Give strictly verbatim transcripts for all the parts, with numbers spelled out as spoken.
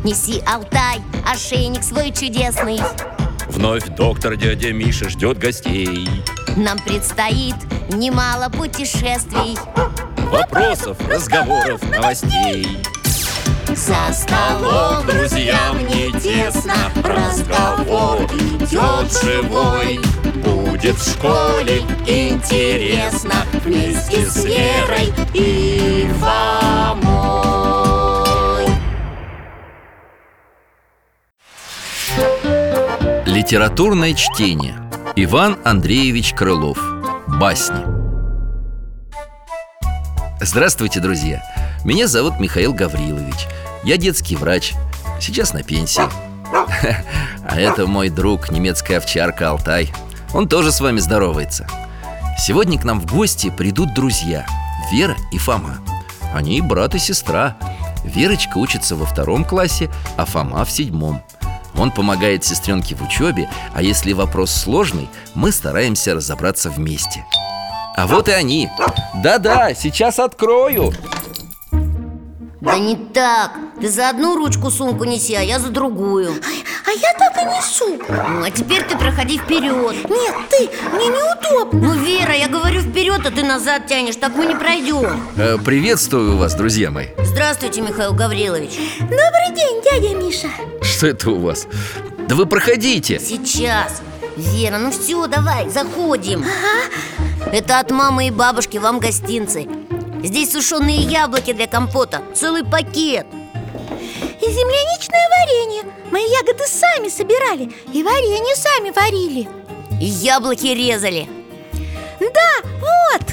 Неси, Алтай, ошейник свой чудесный. Вновь доктор дядя Миша ждет гостей. Нам предстоит немало путешествий, Вопросов, разговоров, новостей. За столом друзьям не тесно, разговор идет живой. Будет в школе Интересно вместе с Верой и Фомой. Литературное чтение. Иван Андреевич Крылов. Басни. Здравствуйте, друзья! Меня зовут Михаил Гаврилович. Я детский врач, сейчас на пенсии. А это мой друг, немецкая овчарка Алтай. Он тоже с вами здоровается. Сегодня к нам в гости придут друзья Вера и Фома. Они брат и сестра. Верочка учится во втором классе, а Фома в седьмом. Он помогает сестренке в учебе, а если вопрос сложный, мы стараемся разобраться вместе. А вот и они. Да-да, сейчас открою. Да не так. Ты за одну ручку сумку неси, а я за другую. А я так и несу. Ну, а теперь ты проходи вперед. Нет, ты, мне неудобно. Ну, Вера, я говорю вперед, а ты назад тянешь. Так мы не пройдем. э, Приветствую вас, друзья мои. Здравствуйте, Михаил Гаврилович. Добрый день, дядя Миша. Что это у вас? Да вы проходите. Сейчас. Вера, ну все, давай, заходим. Ага. Это от мамы и бабушки вам гостинцы. Здесь сушеные яблоки для компота, целый пакет. И земляничное варенье. Мы ягоды сами собирали и варенье сами варили. И яблоки резали. Да, вот.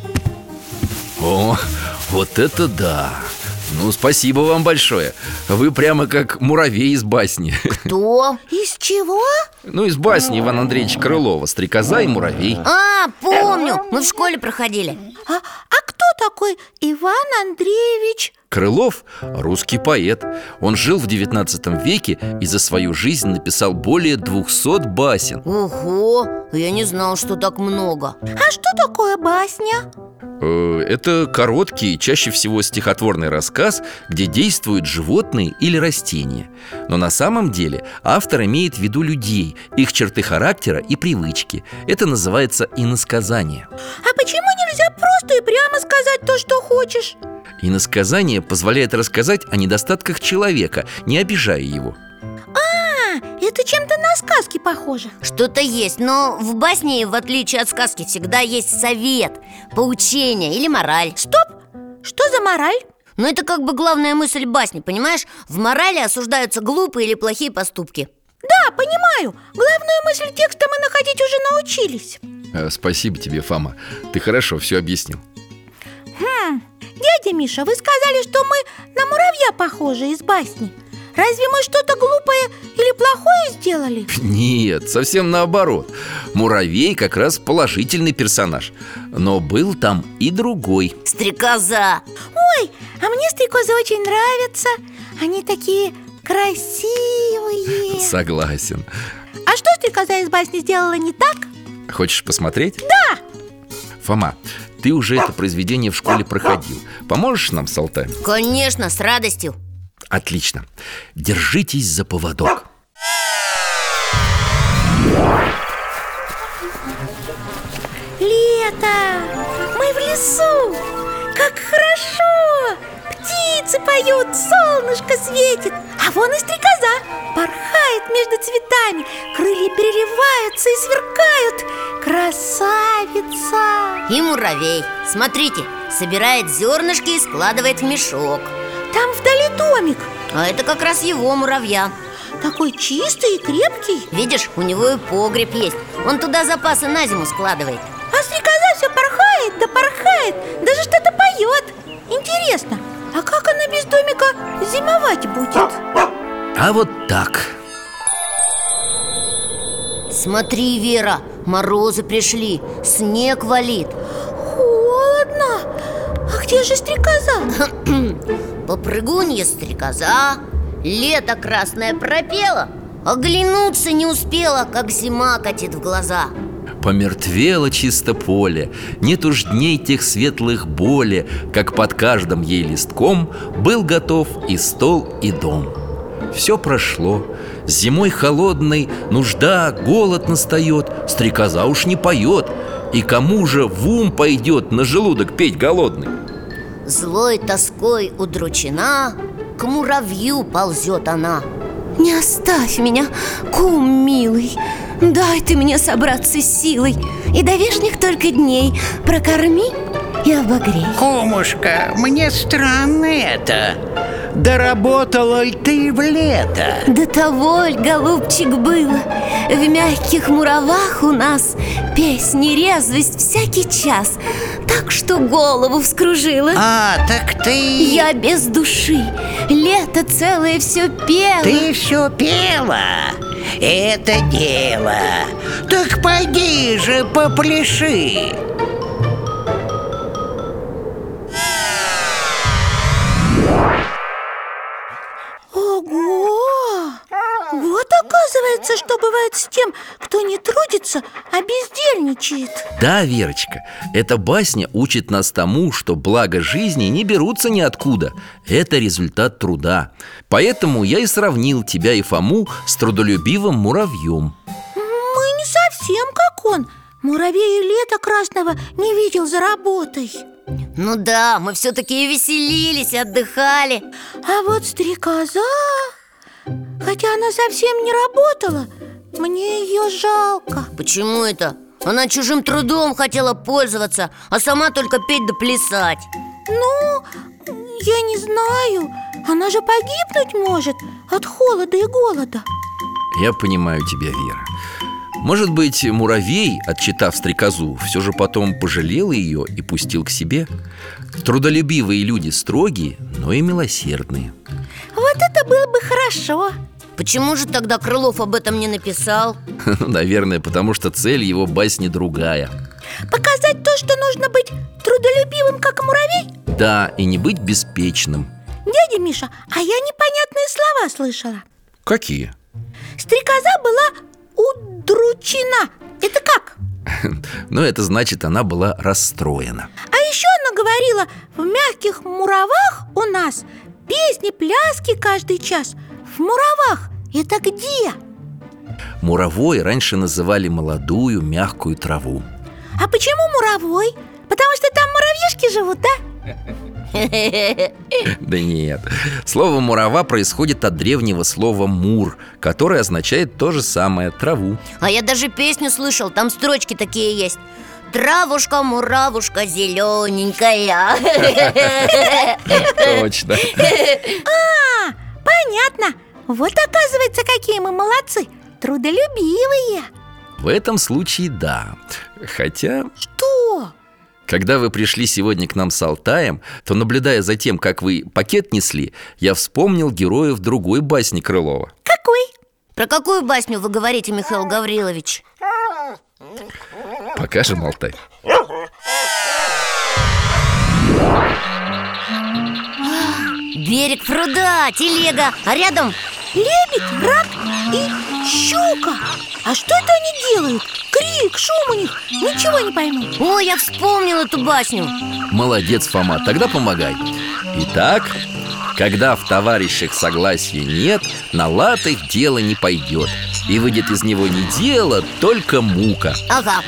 О, вот это да! Ну, спасибо вам большое. Вы прямо как муравей из басни. Кто? Из чего? Ну, из басни Ивана Андреевича Крылова «Стрекоза и муравей». А, помню, мы в школе проходили. А, а кто такой Иван Андреевич? Крылов – русский поэт. Он жил в девятнадцатом веке и за свою жизнь написал более двухсот басен. Ого, я не знал, что так много. А что такое басня? Э, Это короткий, чаще всего стихотворный рассказ, где действуют животные или растения. Но на самом деле автор имеет в виду людей, их черты характера и привычки. Это называется иносказание. А почему нельзя просто и прямо сказать то, что хочешь? Иносказание позволяет рассказать о недостатках человека, не обижая его. А, это чем-то на сказки похоже. Что-то есть, но в басне, в отличие от сказки, всегда есть совет, поучение или мораль. Стоп! Что за мораль? Но это как бы главная мысль басни, понимаешь? В морали осуждаются глупые или плохие поступки. Да, понимаю. Главную мысль текста мы находить уже научились. Э, Спасибо тебе, Фома. Ты хорошо все объяснил. Хм, дядя Миша, вы сказали, что мы на муравья похожи из басни. Разве мы что-то глупое или плохое сделали? Нет, совсем наоборот. Муравей как раз положительный персонаж. Но был там и другой. Стрекоза. Ой, а мне стрекозы очень нравятся. Они такие красивые. Согласен. А что стрекоза из басни сделала не так? Хочешь посмотреть? Да! Фома, ты уже это произведение в школе проходил. Поможешь нам с Алтаем? Конечно, с радостью. Отлично. Держитесь за поводок. Лето! Мы в лесу! Как хорошо! Птицы поют, солнышко светит. А вон и стрекоза порхает между цветами. Крылья переливаются и сверкают. Красавица! И муравей. Смотрите, собирает зернышки и складывает в мешок. Там вдали домик. А это как раз его муравья. Такой чистый и крепкий. Видишь, у него и погреб есть. Он туда запасы на зиму складывает. А стрекоза все порхает, да порхает. Даже что-то поет. Интересно, а как она без домика зимовать будет? А вот так. Смотри, Вера, морозы пришли, снег валит. Холодно. А где же стрекоза? Попрыгунья стрекоза, лето красное пропела, оглянуться не успела, как зима катит в глаза. Помертвело чисто поле, нет уж дней тех светлых боли, как под каждым ей листком был готов и стол, и дом. Все прошло. Зимой холодной нужда, голод настает, стрекоза уж не поет. И кому же в ум пойдет на желудок петь голодный? Злой тоской удручена, к муравью ползет она. Не оставь меня, кум милый. Дай ты мне собраться с силой и до вешних только дней прокорми и обогрей. Кумушка, мне странно это. Доработала ли ты в лето? До того ль, голубчик, было. В мягких муравах у нас песни, резвость всякий час, так что голову вскружила. А, так ты... Я без души, лето целое все пела. Ты все пела? Это дело. Так пойди же попляши. Ого! Вот оказывается, что бывает с тем, кто не трудится, а бездельничает. Да, Верочка, эта басня учит нас тому, что благо жизни не берутся ниоткуда. Это результат труда. Поэтому я и сравнил тебя и Фому с трудолюбивым муравьем. Мы не совсем как он. Муравей и лета красного не видел за работой. Ну да, мы все-таки и веселились, и отдыхали. А вот стрекоза, хотя она совсем не работала, мне ее жалко. Почему это? Она чужим трудом хотела пользоваться, а сама только петь да плясать. Ну, я не знаю. Она же погибнуть может от холода и голода. Я понимаю тебя, Вера. Может быть, муравей, отчитав стрекозу, все же потом пожалел ее и пустил к себе. Трудолюбивые люди строгие, но и милосердные. Вот это было бы хорошо. Почему же тогда Крылов об этом не написал? Наверное, потому что цель его басни другая. Показать то, что нужно быть трудолюбивым, как муравей? Да, и не быть беспечным. Дядя Миша, а я непонятные слова слышала. Какие? Стрекоза была удручена. Это как? Ну, это значит, она была расстроена. А еще она говорила: в мягких муравах у нас песни, пляски каждый час. В муравах это где? Муровой раньше называли молодую мягкую траву. А почему муровой? Потому что там муравьишки живут, да? Да нет. Слово «мурава» происходит от древнего слова «мур», которое означает то же самое – траву. А я даже песню слышал, там строчки такие есть. Травушка, муравушка зелененькая. Точно. А, понятно. Вот оказывается, какие мы молодцы. Трудолюбивые. В этом случае да. Хотя... Что? Когда вы пришли сегодня к нам с Алтаем, то, наблюдая за тем, как вы пакет несли, я вспомнил героев другой басни Крылова. Какой? Про какую басню вы говорите, Михаил Гаврилович? Покажем, Алтай. Берег пруда, телега, а рядом... Лебедь, рак и щука. А что это они делают? Крик, шум у них, ничего не пойму. О, я вспомнил эту басню. Молодец, Фома, тогда помогай. Итак, когда в товарищах согласия нет, на латых дело не пойдет. И выйдет из него не дело, только мука. Ага.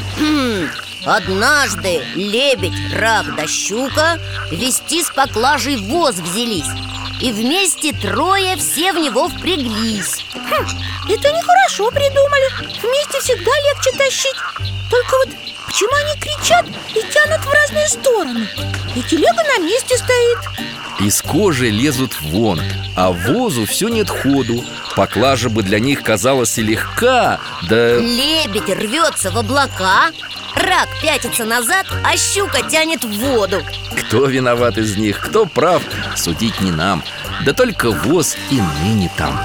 Однажды лебедь, рак да щука вести с поклажей воз взялись. И вместе трое все в него впряглись. Хм, это нехорошо придумали. Вместе всегда легче тащить. Только вот почему они кричат и тянут в разные стороны? И телега на месте стоит. Из кожи лезут вон, а возу все нет ходу. Поклажа бы для них казалась и легка, да... Лебедь рвется в облака, рак пятится назад, а щука тянет в воду. Кто виноват из них, кто прав, судить не нам. Да только воз и ныне там.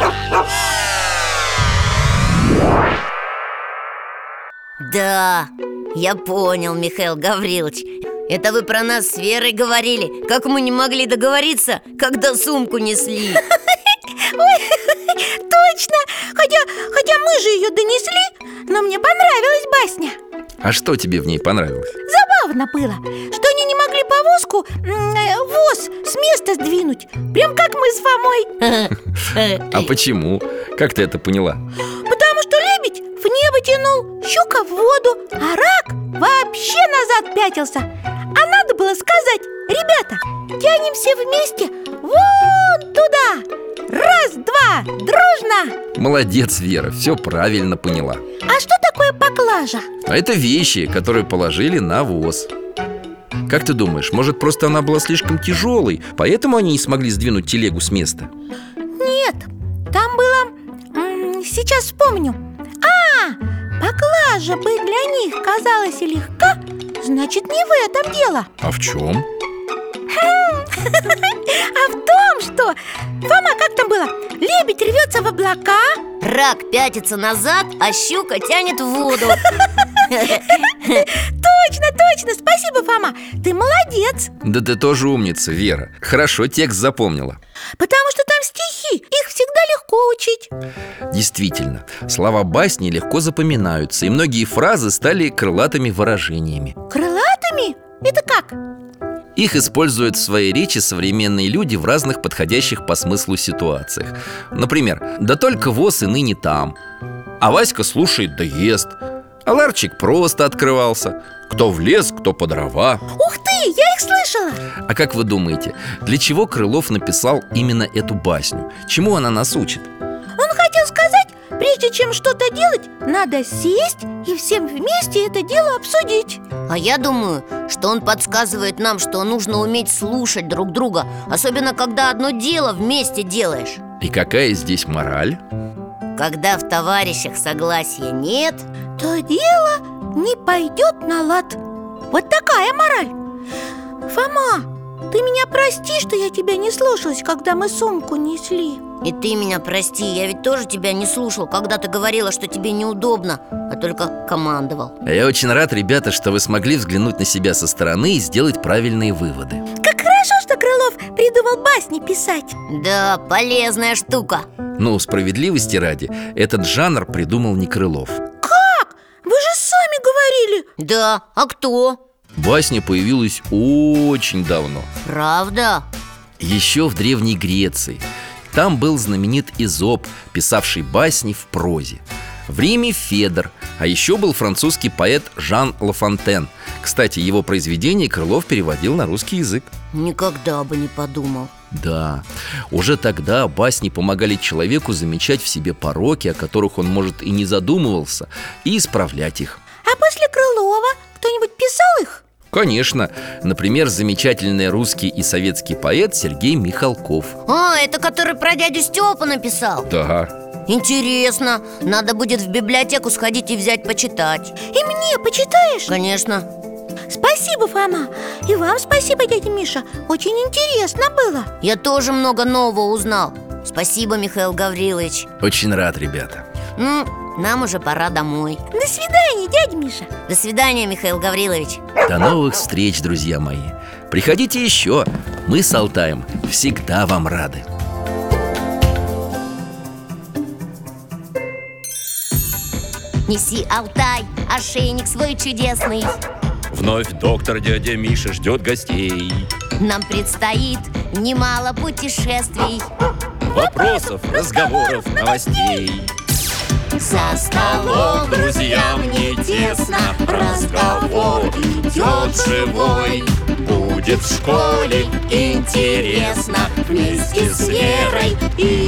Да, я понял, Михаил Гаврилович. Это вы про нас с Верой говорили. Как мы не могли договориться, когда сумку несли. Ой, точно! Хотя, хотя мы же ее донесли, но мне понравилась басня. А что тебе в ней понравилось? Забавно было, что они не могли по повозку, м, э, воз с места сдвинуть. Прям как мы с Фомой. А почему? Как ты это поняла? Потому что лебедь в небо тянул, щука в воду, а рак вообще назад пятился. А надо было сказать: ребята, тянем все вместе вон туда. Раз, два, дружно! Молодец, Вера, все правильно поняла. А что такое поклажа? А это вещи, которые положили на воз. Как ты думаешь, может, просто она была слишком тяжелой, поэтому они не смогли сдвинуть телегу с места? Нет, там было... м, Сейчас вспомню. А, поклажа бы для них казалась легка, значит, не в этом дело. А в чем? А в том, что... Фома, как там было? Лебедь рвется в облака. Рак пятится назад, а щука тянет в воду. Точно, точно, спасибо, Фома. Ты молодец. Да ты тоже умница, Вера. Хорошо текст запомнила. Потому что там стихи, их всегда легко учить. Действительно, слова басни легко запоминаются, и многие фразы стали крылатыми выражениями. Крылатыми? Это как? Их используют в своей речи современные люди в разных подходящих по смыслу ситуациях. Например, «Да только воз и ныне там», а Васька слушает да ест, а ларчик просто открывался. Кто в лес, кто по дрова. Ух ты, я их слышала. А как вы думаете, для чего Крылов написал именно эту басню? Чему она нас учит? Он хотел сказать, прежде чем что-то делать, надо сесть и всем вместе это дело обсудить. А я думаю, что он подсказывает нам, что нужно уметь слушать друг друга, особенно когда одно дело вместе делаешь. И какая здесь мораль? Когда в товарищах согласия нет, то дело не пойдет на лад. Вот такая мораль. Фома, ты меня прости, что я тебя не слушалась, когда мы сумку несли. и ты меня прости, я ведь тоже тебя не слушал, когда ты говорила, что тебе неудобно, а только командовал. Я очень рад, ребята, что вы смогли взглянуть на себя со стороны и сделать правильные выводы. Как хорошо, что Крылов придумал басни писать. Да, полезная штука. Ну, справедливости ради, этот жанр придумал не Крылов. Как? Вы же сами говорили. Да, а кто? Басня появилась очень давно. Правда? Еще в Древней Греции. Там был знаменит Эзоп, писавший басни в прозе. В Риме Федор, а еще был французский поэт Жан Лафонтен. Кстати, его произведения Крылов переводил на русский язык. Никогда бы не подумал. Да, уже тогда басни помогали человеку замечать в себе пороки, о которых он, может, и не задумывался, и исправлять их. А после Крылова кто-нибудь писал их? Конечно, например, замечательный русский и советский поэт Сергей Михалков. А, это который про дядю Степу написал? Да. Интересно, надо будет в библиотеку сходить и взять почитать. И мне почитаешь? Конечно. Спасибо, Фома. И вам спасибо, дядя Миша. Очень интересно было. Я тоже много нового узнал. Спасибо, Михаил Гаврилович. Очень рад, ребята. Ну, нам уже пора домой. До свидания, дядя Миша. До свидания, Михаил Гаврилович. До новых встреч, друзья мои. Приходите еще. Мы с Алтаем всегда вам рады. Неси, Алтай, ошейник свой чудесный. Вновь доктор дядя Миша ждет гостей. Нам предстоит немало путешествий. Вопросов, разговоров, новостей. За столом Друзьям не тесно, разговор идет живой. Будет в школе интересно вместе с Верой и